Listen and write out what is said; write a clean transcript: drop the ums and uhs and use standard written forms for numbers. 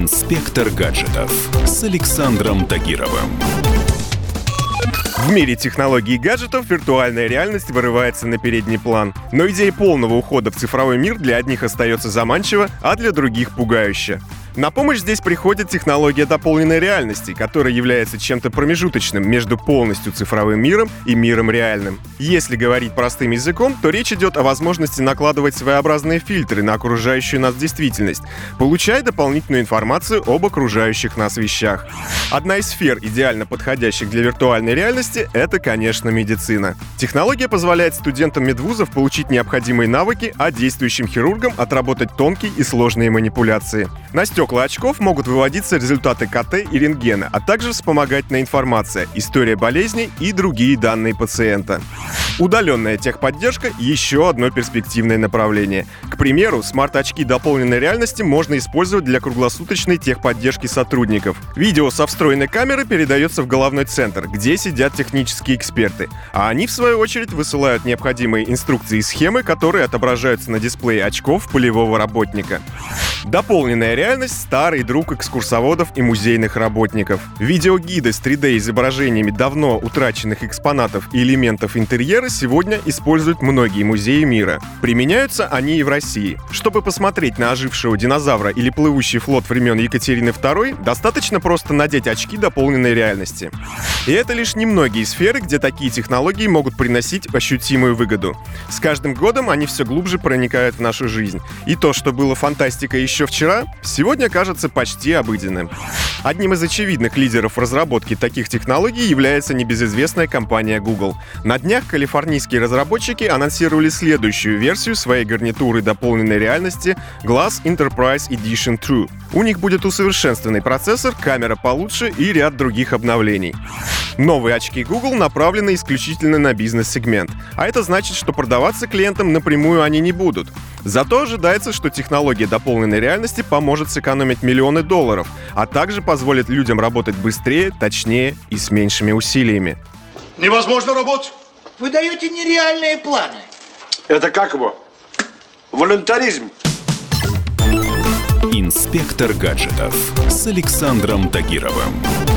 Инспектор гаджетов с Александром Тагировым. В мире технологий и гаджетов виртуальная реальность вырывается на передний план. Но идея полного ухода в цифровой мир для одних остается заманчива, а для других пугающе. На помощь здесь приходит технология дополненной реальности, которая является чем-то промежуточным между полностью цифровым миром и миром реальным. Если говорить простым языком, то речь идет о возможности накладывать своеобразные фильтры на окружающую нас действительность, получая дополнительную информацию об окружающих нас вещах. Одна из сфер, идеально подходящих для виртуальной реальности, это, конечно, медицина. Технология позволяет студентам медвузов получить необходимые навыки, а действующим хирургам отработать тонкие и сложные манипуляции. На стекла очков могут выводиться результаты КТ и рентгена, а также вспомогательная информация, история болезней и другие данные пациента. Удаленная техподдержка – еще одно перспективное направление. К примеру, смарт-очки дополненной реальности можно использовать для круглосуточной техподдержки сотрудников. Видео со встроенной камеры передается в головной центр, где сидят технические эксперты, а они, в свою очередь, высылают необходимые инструкции и схемы, которые отображаются на дисплее очков полевого работника. Дополненная реальность – старый друг экскурсоводов и музейных работников. Видеогиды с 3D-изображениями давно утраченных экспонатов и элементов интерьера сегодня используют многие музеи мира. Применяются они и в России. Чтобы посмотреть на ожившего динозавра или плывущий флот времен Екатерины II, достаточно просто надеть очки дополненной реальности. И это лишь немногие сферы, где такие технологии могут приносить ощутимую выгоду. С каждым годом они все глубже проникают в нашу жизнь. И то, что было фантастикой еще вчера, сегодня кажется почти обыденным. Одним из очевидных лидеров в разработке таких технологий является небезызвестная компания Google. На днях калифорнийские разработчики анонсировали следующую версию своей гарнитуры дополненной реальности Glass Enterprise Edition True. У них будет усовершенствованный процессор, камера получше и ряд других обновлений. Новые очки Google направлены исключительно на бизнес-сегмент, а это значит, что продаваться клиентам напрямую они не будут. Зато ожидается, что технология дополненной реальности поможет сэкономить миллионы долларов, а также позволит людям работать быстрее, точнее и с меньшими усилиями. Невозможно работать. Вы даете нереальные планы. Это как его? Волонтаризм. Инспектор гаджетов с Александром Тагировым.